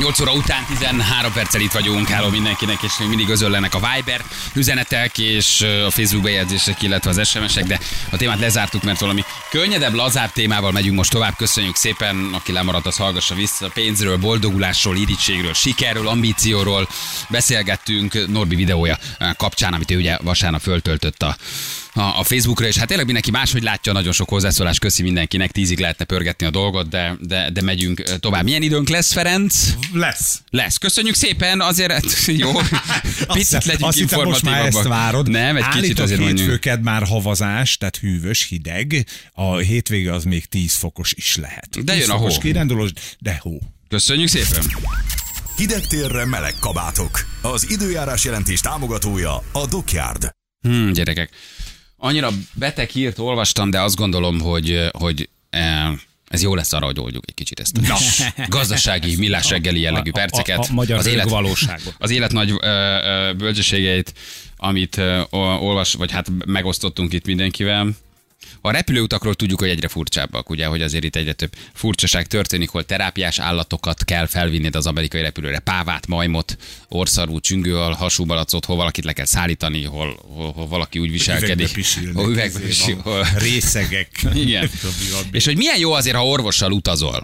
8 óra után 13 perccel itt vagyunk. Hello mindenkinek, és még mindig özöllenek a Viber üzenetek és a Facebook bejegyzések, illetve az SMS-ek, de a témát lezártuk, mert valami könnyedebb, lazább témával megyünk most tovább. Köszönjük szépen, aki lemaradt, az hallgassa vissza. Pénzről, boldogulásról, irítségről, sikerről, ambícióról beszélgettünk Norbi videója kapcsán, amit ő ugye vasárnap föltöltött a Facebookra, és hát tényleg mindenki máshogy látja, nagyon sok hozzászólás, köszi mindenkinek, 10-ig lehetne pörgetni a dolgot, de megyünk tovább. Milyen időnk lesz, Ferenc? Lesz. Köszönjük szépen, azért jó. Picit legyünk informatívabbak. Most már ezt várod. Nem, egy kicsit azért mondjuk. Hétfőked már havazás, tehát hűvös, hideg. A hétvége az még 10 fokos is lehet. De jön a hó. Kirándulós, de hó. Köszönjük szépen. Hideg térre meleg kabátok. Az időjárás jelentés támogatója a Dockyard. Gyerekek. Annyira beteg hírt olvastam, de azt gondolom, hogy ez jó lesz arra, hogy oldjuk egy kicsit ezt a gazdasági, millás reggeli jellegű perceket. A magyar valóságban. Az élet nagy bölcsességeit, amit vagy hát megosztottunk itt mindenkivel. A repülőutakról tudjuk, hogy egyre furcsábbak, ugye, hogy azért itt egyre több furcsaság történik, hol terápiás állatokat kell felvinned az amerikai repülőre, pávát, majmot, orszarvú, csüngőal, hasúbalacot, hol valakit le kell szállítani, hol valaki úgy viselkedik. Üvegbe pisil. Részegek. Igen. És hogy milyen jó azért, ha orvossal utazol.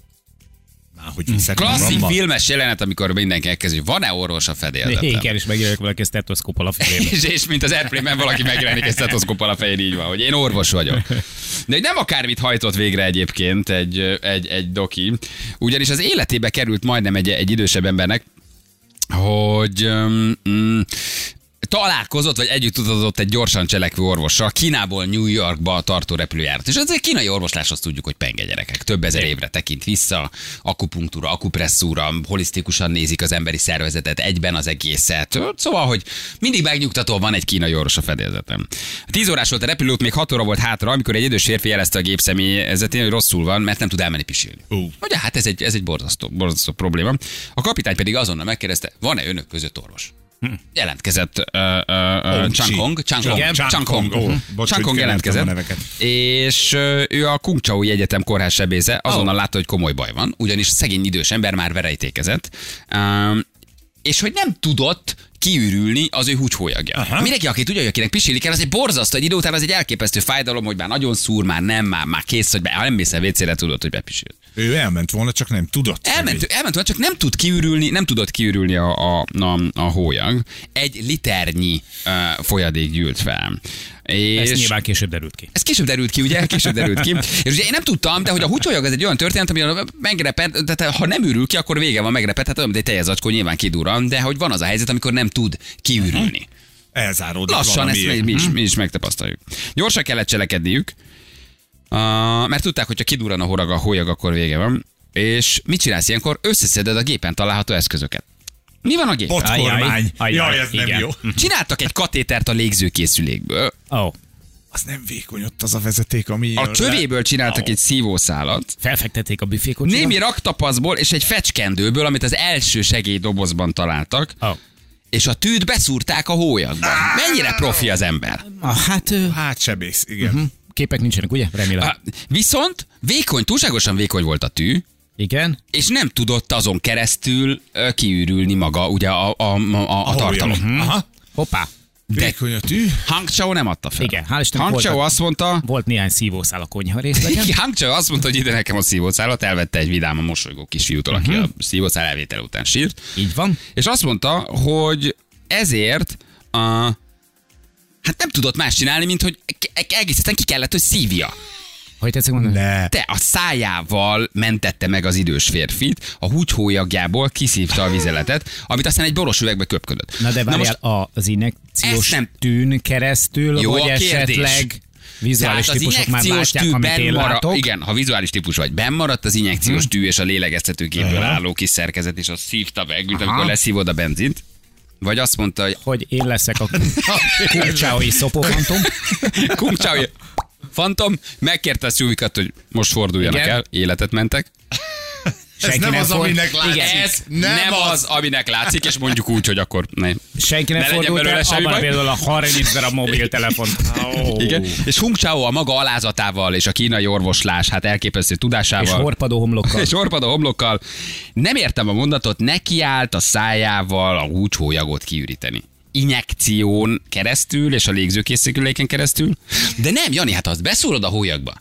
Klasszik filmes jelenet, amikor mindenki elkezd, hogy van-e orvos a fedélzeten? Igen, és megjelenik valaki stetoszkóppal a fejében. és mint az Airplane-ben valaki megjelenik egy stetoszkóppal a fején, így van, hogy én orvos vagyok. De nem akármit hajtott végre egyébként egy doki, ugyanis az életébe került majdnem egy idősebb embernek, hogy találkozott, vagy együtt utazott egy gyorsan cselekvő orvossal Kínából New Yorkba tartó repülőjárat. És az egy kínai orvoslás, azt tudjuk, hogy penge gyerekek. Több ezer évre tekint vissza, akupunktúra, akupresszúra, holisztikusan nézik az emberi szervezetet, egyben az egészet. Szóval, hogy mindig megnyugtató, van egy kínai orvos a fedélzetem. 10 órás volt a repülőút, még 6 óra volt hátra, amikor egy idős férfi jelezte a gépszemélyzetén, hogy rosszul van, mert nem tud elmenni pisilni. Ugye, hát ez egy borzasztó probléma. A kapitány pedig azonnal megkérdezte, van-e önök között orvos? Jelentkezett Chang-Hong jelentkezett, és ő a Kung Chau Egyetem kórházsebésze, azonnal látta, hogy komoly baj van, ugyanis szegény idős ember már verejtékezett, és hogy nem tudott kiürülni az ő húgyhólyagja. Mindenki, aki tudja, hogy akinek pisilni kell, az egy borzasztó, egy idő után az egy elképesztő fájdalom, hogy már nagyon szúr, már kész, hogy ha nem mész el WC-re, tudod, hogy bepisilt. Ő elment volna, csak nem tudott. Elment volna, csak nem tudott kiürülni a hólyag. 1 liternyi folyadék gyűlt fel. És ez nyilván később derült ki. Ez később derült ki, ugye? És ugye én nem tudtam, de hogy a húgyhólyag az egy olyan történet, ami megreped, tehát ha nem ürül ki, akkor vége van, megreped, hát olyan, mint egy tejezacskó, nyilván kidurran, de hogy van az a helyzet, amikor nem tud kiürülni. Elzáródik. Lassan ezt mi is megtapasztaljuk. Gyorsan kellett cselekedniük, mert tudták, hogy ha kidurran a hólyag, akkor vége van. És mit csinálsz ilyenkor? Összeszeded a gépen található eszközöket. Mi van a gépen? Potkormány. Jaj, ez nem jó. Csináltak egy katétert a légzőkészülékből. Az nem vékony ott az a vezeték, ami... A csövéből csináltak egy szívószálat. Felfektették a büfékocsiba. Némi raktapaszból és egy fecskendőből, amit az első segélydobozban találtak. És a tűt beszúrták a hólyagba. Mennyire profi az ember? Hát sebész, igen. Képek nincsenek, ugye? Remélem. Viszont túlságosan vékony volt a tű. Igen. És nem tudott azon keresztül kiürülni maga ugye a tartalom. Hoppá. Vékony a tű. Hang Chau nem adta fel. Igen, hál' Istennek Hang Chau azt mondta... Volt néhány szívószál a konyha részlegen. Hang Chau azt mondta, hogy ide nekem a szívószálat, elvette egy vidáman mosolygó kisfiútól, aki a szívószál elvétele után sírt. Így van. És azt mondta, hogy ezért hát nem tudott más csinálni, mint hogy egészen ki kellett, hogy szívja. Hogy tetszik mondani? Te a szájával mentette meg az idős férfit, a húgyhólyagjából kiszívta a vizeletet, amit aztán egy boros üvegbe köpködött. Na de várjál, az injekciós tűn keresztül, jó, vagy esetleg vizuális típusok már látják, amit én látok? Igen, ha vizuális típus vagy, bennmaradt az injekciós tű és a lélegeztetőgépből álló kis szerkezet, és az szívta meg, mint amikor leszívod a benzint. Vagy azt mondta, hogy én leszek a Kung Chau-i szopófantom. Kung Chau-i Fantom megkérte a szúvikat, hogy most forduljanak el, életet mentek. Ez nem az, aminek látszik. Igen, ez nem az, aminek látszik, és mondjuk úgy, hogy akkor ne. Senki nem fordult el, abban például a 30 darab mobiltelefon. Igen. És Hung Chao a maga alázatával és a kínai orvoslás, hát elképesztő tudásával. És horpadó homlokkal. És horpadó homlokkal. Nem értem a mondatot, nekiállt a szájával a húcshólyagot kiüríteni. Injekción keresztül és a légzőkészüléken keresztül. De nem, Jani, hát azt beszúrod a hólyagba,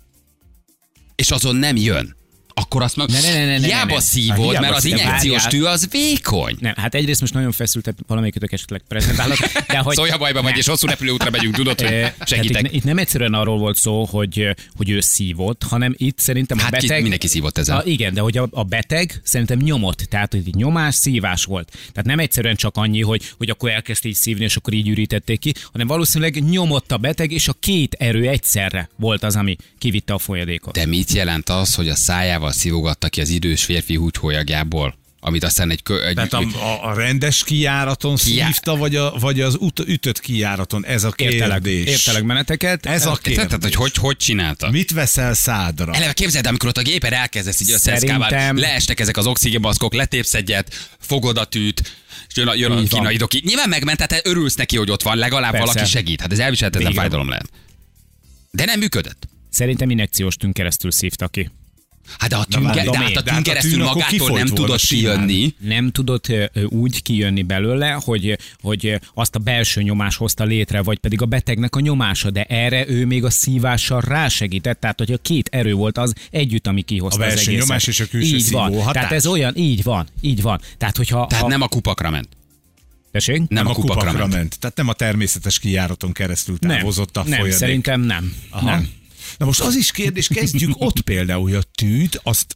és azon nem jön. Akkor azt meg hiába szívod, mert az injekciós tű az vékony. Nem, hát egyrészt most nagyon feszültet valamelyikötök esetleg prezentálhat. Szóval bajban vagy, és hosszú repülőútra megyünk, tudod, hogy segítek. Itt nem egyszerűen arról volt szó, hogy ő szívott, hanem itt szerintem a beteg... mindenki szívott ezzel. Igen, de hogy a beteg szerintem nyomott, tehát hogy nyomás, szívás volt. Tehát nem egyszerűen csak annyi, hogy akkor elkezdte így szívni, és akkor így ürítették ki, hanem valószínűleg nyomott a beteg, és a két erő egyszerre volt az, ami kivitte a folyadékot. De mit jelent az, hogy a szájával szívogatta ki az idős férfi húcshólyagjából, amit aztán tehát a rendes kijáraton szívta, vagy az ütött kijáraton? Ez a kérdés. Értelek meneteket. Ez a kérdés. Tehát, hogy csinálta? Mit veszel szádra? Eleve képzeld, amikor ott a gépen elkezdesz így a szeszkával, leestek ezek az oxigénmaszkok, letépsz egyet, fogod a tűt, és jön a kínai doki. Nyilván megment, tehát örülsz neki, hogy ott van, legalább valaki segít. Hát ez elviselhetetlen fájdalom lehet. De nem működött. Szerintem injekciós tűn keresztül szívta ki. Hát de a tűn keresztül magától nem tudott kijönni. Nem tudott úgy kijönni belőle, hogy azt a belső nyomás hozta létre, vagy pedig a betegnek a nyomása, de erre ő még a szívással rásegített, tehát hogy a két erő volt az együtt, ami kihozta az egészet. A belső nyomás és a külső így van. szívó hatás. Tehát ez olyan, így van. Tehát nem a kupakra ment. Tessék? Nem a kupakra ment. Tehát nem a természetes kijáraton keresztül távozott a folyadék. Nem, szerintem nem. Aha. Nem. Na most az is kérdés, kezdjük ott például, hogy a tűt,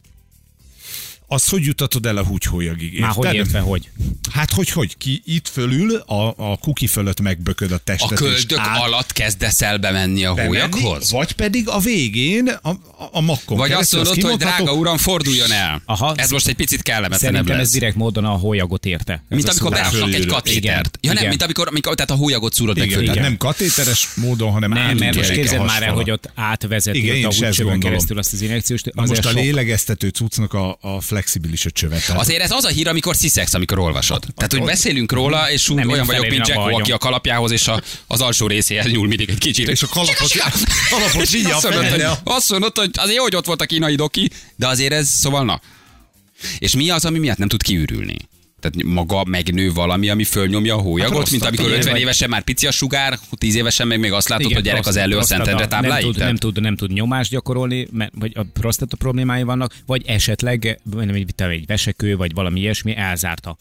azt hogy jutatod el a húcshólyagig? Már hogy értve, hogy? Hát hogy ki itt fölül, a kuki fölött megbököd a testet. A köldök alatt kezdesz el bemenni a hólyaghoz? Vagy pedig a végén a makkon. Vagy azt mondod, hogy drága uram, forduljon el. Aha, ez most egy picit kellemetlenebb szerintem lesz. ez direkt módon a hólyagot érte. Mint amikor beraknak egy katétert. Ja nem, mint amikor tehát a hólyagot szúrod meg fölül. Nem katéteres módon, hanem nem, mert most képzeld már el, hogy ott átvezeti a húcsövön keresztül azt az injekciós. Most a lélegeztető cuccnak a flexibilis a csövet. Azért ez az a hír, amikor sziszegsz, amikor olvasod. Tehát, hogy beszélünk róla, és olyan vagyok, mint Jacko, aki a kalapjához és az alsó részéhez nyúl mindig egy kicsit. És a kalapot így azt mondod, hogy azért jó, hogy ott volt a kínai doki, de azért ez, szóval na. És mi az, ami miatt nem tud kiürülni? Tehát maga megnő valami, ami fölnyomja a hólyagot, hát mint amikor 50 évesen már pici a sugár, 10 évesen meg még azt látod, hogy gyerek az elő a Szentendre tábláig. Nem tud nyomást gyakorolni, vagy a prostata problémái vannak, vagy esetleg egy vesekő, vagy valami ilyesmi elzárta.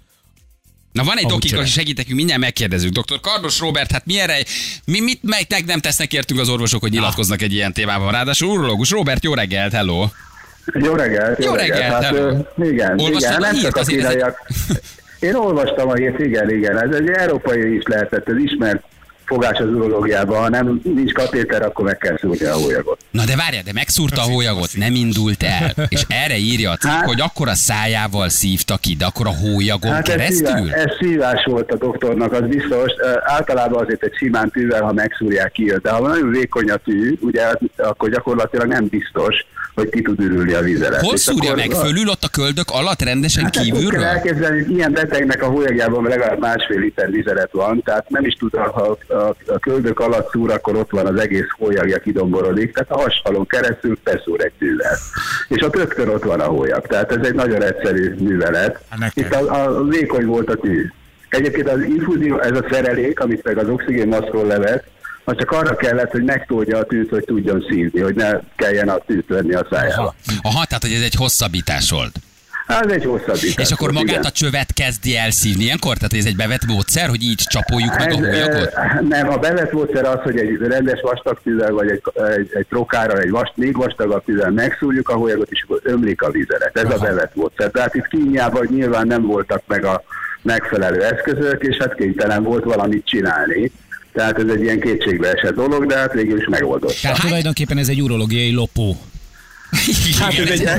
Na van egy dokik, aki segít nekünk, mindjárt megkérdezünk. Dr. Kardos Róbert, hát mit nem tesznek értünk az orvosok, hogy nyilatkoznak egy ilyen témában. Ráadásul urológus Róbert, jó reggelt, hello! Jó reggelt, Jó reggelt. Hát, igen, nem csak a kínaiak. Én olvastam a hírt, igen. Ez egy európai is lehetett, ez ismert fogás az urológiában. Ha nem nincs katéter, akkor meg kell szúrni a hólyagot. Na de várjál, de megszúrta a hólyagot, nem indult el. És erre írja a cikk, hogy akkor a szájával szívta ki, de akkor a hólyagon keresztül? Ez szívás volt a doktornak, az biztos. Általában azért egy simán tűvel, ha megszúrják, kijön. De ha nagyon vékony a tű, ugye, akkor gyakorlatilag nem biztos, hogy ki tud ürülni a vizelet. Hol szúrja meg? Fölül ott a köldök alatt rendesen kívülről? Úgy kell elképzelni, hogy ilyen betegnek a hólyagában legalább 1,5 liter vizelet van, tehát nem is tud, ha a köldök alatt szúr, akkor ott van az egész hólyagja kidomborodik, tehát a hasfalon keresztül beszúr egy tűvel. És ott rögtön ott van a hólyag, tehát ez egy nagyon egyszerű művelet. Itt a vékony volt a tű. Egyébként az infúzió, ez a szerelék, amit meg az oxigénmaszkról levet, az csak arra kellett, hogy megtolja a tűt, hogy tudjon szívni, hogy ne kelljen a tűt venni a szájába. Aha, tehát hogy ez egy hosszabbítás volt. Ez egy hosszabbítás. És akkor magát igen. A csövet kezdi elszívni ilyenkor? Tehát ez egy bevett módszer, hogy így csapoljuk meg a hólyagot? Nem, a bevett módszer az, hogy egy rendes vastag tűzzel, vagy egy trokárral, még vastagabb tűzzel megszúrjuk a hólyagot, és akkor ömlik a vizelet. Ez a bevett módszer. Tehát itt Kínjában nyilván nem voltak meg a megfelelő eszközök, és hát kénytelen volt valamit csinálni. Tehát ez egy ilyen kétségbe esett dolog, de hát végül is megoldotta. Tehát tulajdonképpen ez egy urológiai lopó. Hát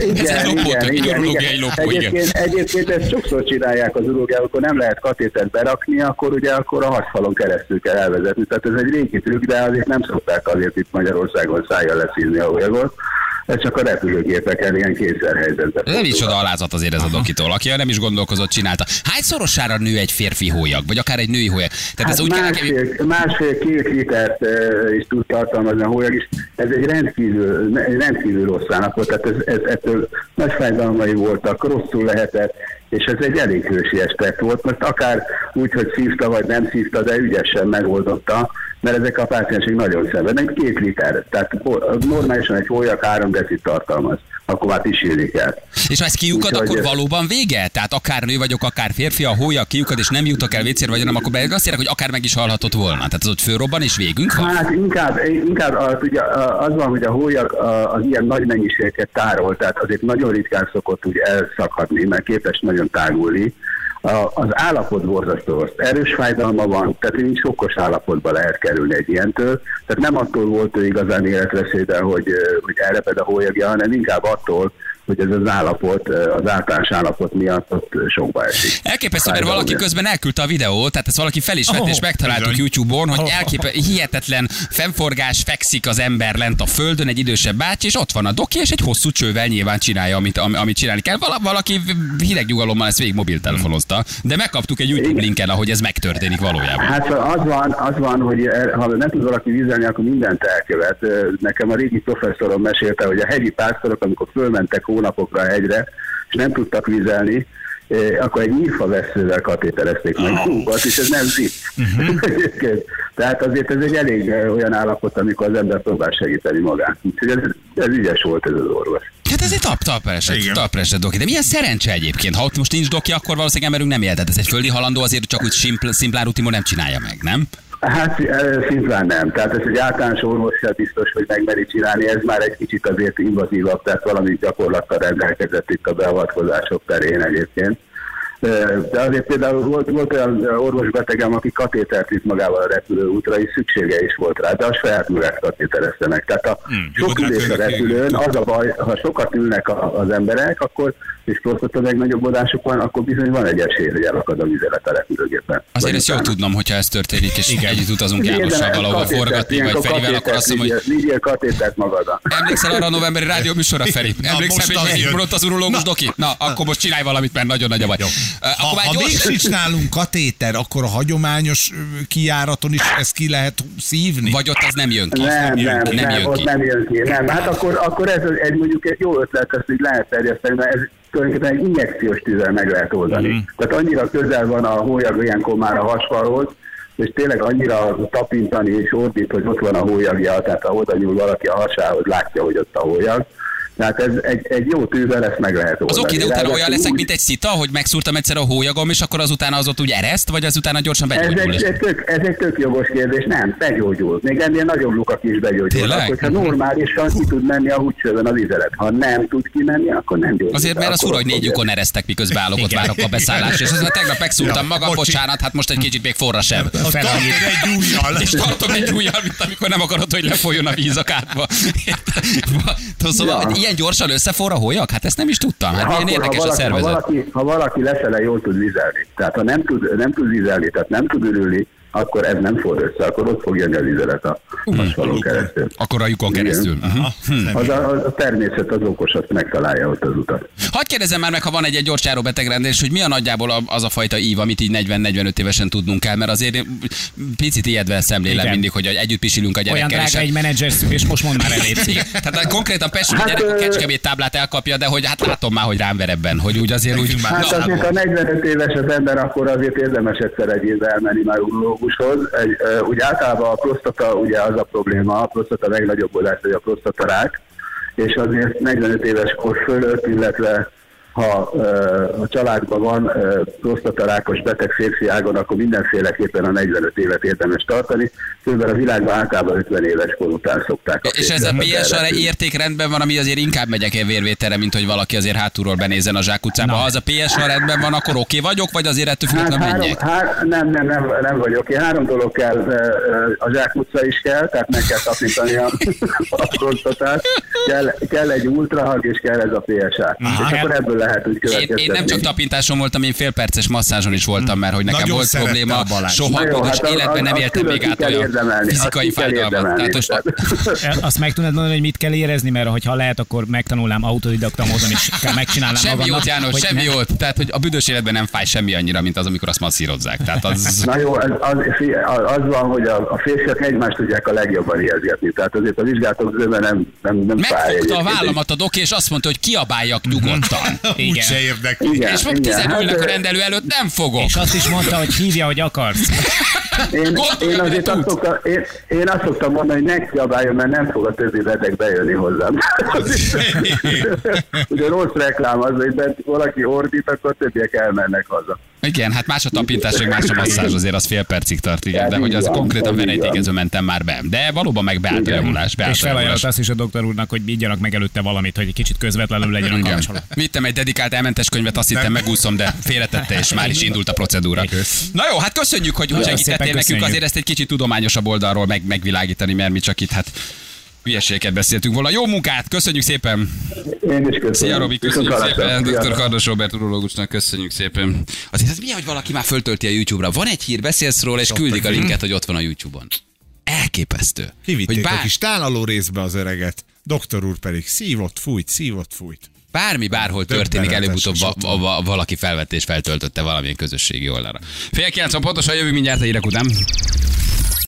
Egyébként ezt sokszor csinálják az urológiában, akkor nem lehet katétert berakni, akkor ugye akkor a hasfalon keresztül kell elvezetni. Tehát ez egy régi trükk, de azért nem szokták azért itt Magyarországon szájjal leszívni a hólyagot. Ez csak a repülőgépeken ilyen kényszerhelyzetben. Nem is oda alázat azért ez a dokitól, aki nem is gondolkozott, csinálta. Hányszorosára nő egy férfi hólyag, vagy akár egy női hólyag? Tehát ez úgy másfél-két litert is tud tartalmazni a hólyag is. Ez egy rendkívül rossz állapot, tehát ettől nagy fájdalmai voltak, rosszul lehetett, és ez egy elég hősies tett volt. Most akár úgy, hogy szívta vagy nem szívta, de ügyesen megoldotta, mert ezek a páciensek nagyon szenvednek. 2 liter, tehát normálisan egy hólyag 3 decit tartalmaz, akkor már pisílik el. És ha ez kiukad, Úgyhogy akkor valóban vége? Tehát akár nő vagyok, akár férfi, a hólyag kiukad, és nem jutok el vécére, vagy nem, akkor azt érek, hogy akár meg is halhatott volna. Tehát az ott fölrobban, és végünk van? Hát inkább ugye, az van, hogy a hólyag az ilyen nagy mennyiségeket tárol, tehát azért nagyon ritkán szokott úgy elszakadni, mert képes nagyon tágulni. Az állapot borzasztó rossz. Erős fájdalma van, tehát nincs sokkos állapotba lehet kerülni egy ilyentől. Tehát nem attól volt ő igazán életveszélyben, hogy elreped a hólyagja, hanem inkább attól, hogy ez az állapot, az általános állapot miatt ott sokba esik. Elképesztő, mert valaki közben elküldte a videót, tehát ezt valaki fel is vett, és megtaláltuk YouTube-on, hogy hihetetlen fennforgás, fekszik az ember lent a földön, egy idősebb bácsi, és ott van a doki, és egy hosszú csővel nyilván csinálja, amit csinálni kell. Valaki hideg nyugalommal ezt végig mobiltelefonozta, de megkaptuk egy YouTube linken, ahogy ez megtörténik valójában. Hát az van, hogy ha nem tud valaki vizelni, akkor mindent elkövet. Nekem a régi professzorom mesélte, hogy a hegyi pásztorok, amikor fölmentek hónapokra a hegyre, és nem tudtak vizelni, akkor egy nyírfaveszővel katéterezték meg magukat, és ez nem vicc. Tehát azért ez egy elég olyan állapot, amikor az ember próbál segíteni magát. Úgyhogy ez ügyes volt ez az orvos. Hát ez egy talpreset doki. De milyen szerencse egyébként. Ha ott most nincs doki, akkor valószínűleg emberünk nem él. Tehát ez egy földi halandó, azért csak úgy szimplán rutinból nem csinálja meg, nem? Hát szimplán nem. Tehát ez egy általános orvos sem biztos, hogy megmeri csinálni, ez már egy kicsit azért invazívabb, tehát valami gyakorlattal rendelkezett itt a beavatkozások terén egyébként. De azért például volt olyan orvosbetegem, aki katétert vitt magával a repülőútra, és szüksége is volt rá, de a saját magát katéterezte meg. Tehát a sok ülés a repülőn, az a baj, ha sokat ülnek az emberek, akkor és prostata megnagyobbodásuk van, akkor bizony van egy esély, hogy elakad a vizelet a repülőgépen. Azért ezt jól tudnom, hogyha ez történik, és együtt utazunk Jánossal valahol forgatni, vagy Ferivel, akkor azt mondom, hogy... Vigyél katétert magaddal. Emlékszel arra a novemberi rádió műsorra, Feri? Emlékszel, hogy mondott az urológus doki? Na, akkor most csinálj valamit, mert nagyon nagy a baj. Ha még sincs nálunk katéter, akkor a hagyományos kijáraton is ezt ki lehet szívni? Vagy ott az nem jön ki? Nem jön ki. Nem, hát akkor ez mondjuk egy jó ötlet, ezt így lehet terjeszteni, mert ez tulajdonképpen egy injekciós tűzzel meg lehet oldani. Tehát annyira közel van a hólyag ilyenkor már a hasfalhoz, és tényleg annyira tapintani és ordít, hogy ott van a hólyagja, tehát ha oda nyúl valaki a hasához, látja, hogy ott a hólyag. Tehát ez egy jó tűzzel ezt meg lehet oldani. Az oké, de utána olyan leszek, mint egy szita, hogy megszúrtam egyszer a hólyagom, és akkor azután az ott úgy ereszt, vagy azután gyorsan begyógyul? Ez egy tök jogos kérdés, nem, begyógyul. Még ennél nagyobb lukak is begyógyulnak. Hogyha normálisan ki tud menni a húcsövön a vizelet. Ha nem tud kimenni, akkor nem gyógyul. Azért, mert az fura, hogy 4 lyukon eresztek, miközben állok, ott várok a beszállás, és aztán tegnap megszúrtam magam, bocsánat, hát most egy kicsit még forra sem. És tartom egy ujjal, mint amikor nem akarod, hogy lefolyjon a víz a kádba. Szóval ilyen gyorsan összeforr a hólyag? Hát ezt nem is tudtam. Hát milyen érdekes a szervezet. Ha valaki lefele jól tud vizelni, tehát ha nem tud vizelni, tehát nem tud ürülni, akkor ez nem forr össze, akkor ott fog jönni a vizelet a hasfalon keresztül. Akkor a lyukon keresztül. A természet az okos, azt megtalálja ott az utat. Hadd kérdezzem már meg, ha van egy gyorsjáró betegrendelés, hogy mi a nagyjából az a fajta ív, amit így 40-45 évesen tudnunk kell, mert azért picit ijedve szemlélem mindig, hogy együtt pisilünk a gyerekkel. Olyan drága egy menedzser és most mondd már elég. Tehát konkrétan persze, hogy gyerek a Kecskemét táblát elkapja, de hogy hát látom már, hogy rám ver ebben, hogy úgy azért úgy... Hát azért, ha 45 éves az ember, akkor azért érdemes egyszer egy évvel elmenni már urológushoz. Úgy általában a prostata ugye az a probléma, a prostata megnagyobbodás, vagy a prostatarák, és azért 45 éves kor fölött, illetve ha a családban van prostatarákos beteg férfi ágon, akkor mindenféleképpen a 45 évet érdemes tartani. Különben a világban általában 50 éves kor után szokták. És ez a PSA érték rendben van, ami azért inkább megyek vérvételre, mint hogy valaki azért hátulról benézzen a zsákutcába. Ha az a PSA rendben van, akkor oké vagyok, vagy azért ettől függetlenül menjek? Nem vagyok. 3 dolog kell, a zsákutca is kell, tehát meg kell tapintani a prostatát, kell egy ultrahang, és kell ez a PSA. És akkor ebből lehet úgy következtetni. Én nem csak tapintáson voltam, én félperces masszázson is voltam, mert hogy nekem Nagyon volt szerette probléma, a Balázs. soha és életben nem éltem még át olyan fizikai fájdalmat. Tehát most Azt meg tudnád mondani, hogy mit kell érezni, mert ha lehet, akkor megtanulnám autodidakta módon is, megcsinálnám semmi magamnak. jót, János, semmi jót. Tehát, hogy a büdös életben nem fáj semmi annyira, mint az, amikor azt masszírozzák. Tehát az... Na jó, az van, hogy a férfiak egymást tudják a legjobban érzgetni. Tehát azért a vizsgálatok zöme nem fáj. Megfogta a vállamat a doki, és azt mondta, hogy kiabáljak nyugodtan. Úgyse érdekli. Igen, És meg igen. 10 ülnek a Hát, rendelő előtt, nem fogok. És azt is mondta, hogy hívja, hogy akarsz. Én azért azt szoktam mondani, hogy ne kiabáljon, mert nem fog a többi beteg bejönni hozzám. Ugye rossz reklám az, hogy valaki ordít, akkor többiek elmennek haza. Igen, hát más a tapintás, meg más a masszázs, azért az fél percig tart, igen, de hogy az konkrétan verejtékező mentem már be. De valóban meg beállt a javulás. És felajánlott azt is a doktor úrnak, hogy vigyanak meg előtte valamit, hogy egy kicsit közvetlenül legyen a kapcsolat. Vittem egy dedikált elmentes könyvet, azt hittem megúszom, de félretette, és már is indult a procedúra. Na jó, hát köszönjük, hogy segítettél nekünk azért ezt egy kicsit tudományosabb oldalról megvilágítani, mert mi csak itt hát hülyeségeket beszéltünk volna. Jó munkát, köszönjük szépen! Én is köszönöm. Szia Robi, köszönjük Viszont szépen! hallásra. Dr. Kardos Róbert urológusnak köszönjük szépen. Azért ez mi, hogy valaki már föltölti a YouTube-ra? Van egy hír, beszélsz róla, és küldik a linket, hogy ott van a YouTube-on. Elképesztő. Kivitték a kis tálaló részbe az öreget. Doktor úr pedig szívott, fújt. Bárhol történik, Döbbenetes, előbb-utóbb és ott valaki felvette és feltöltötte valamilyen közösségi oldalra. 8:30 pontosan jövünk mindjárt a hírek után.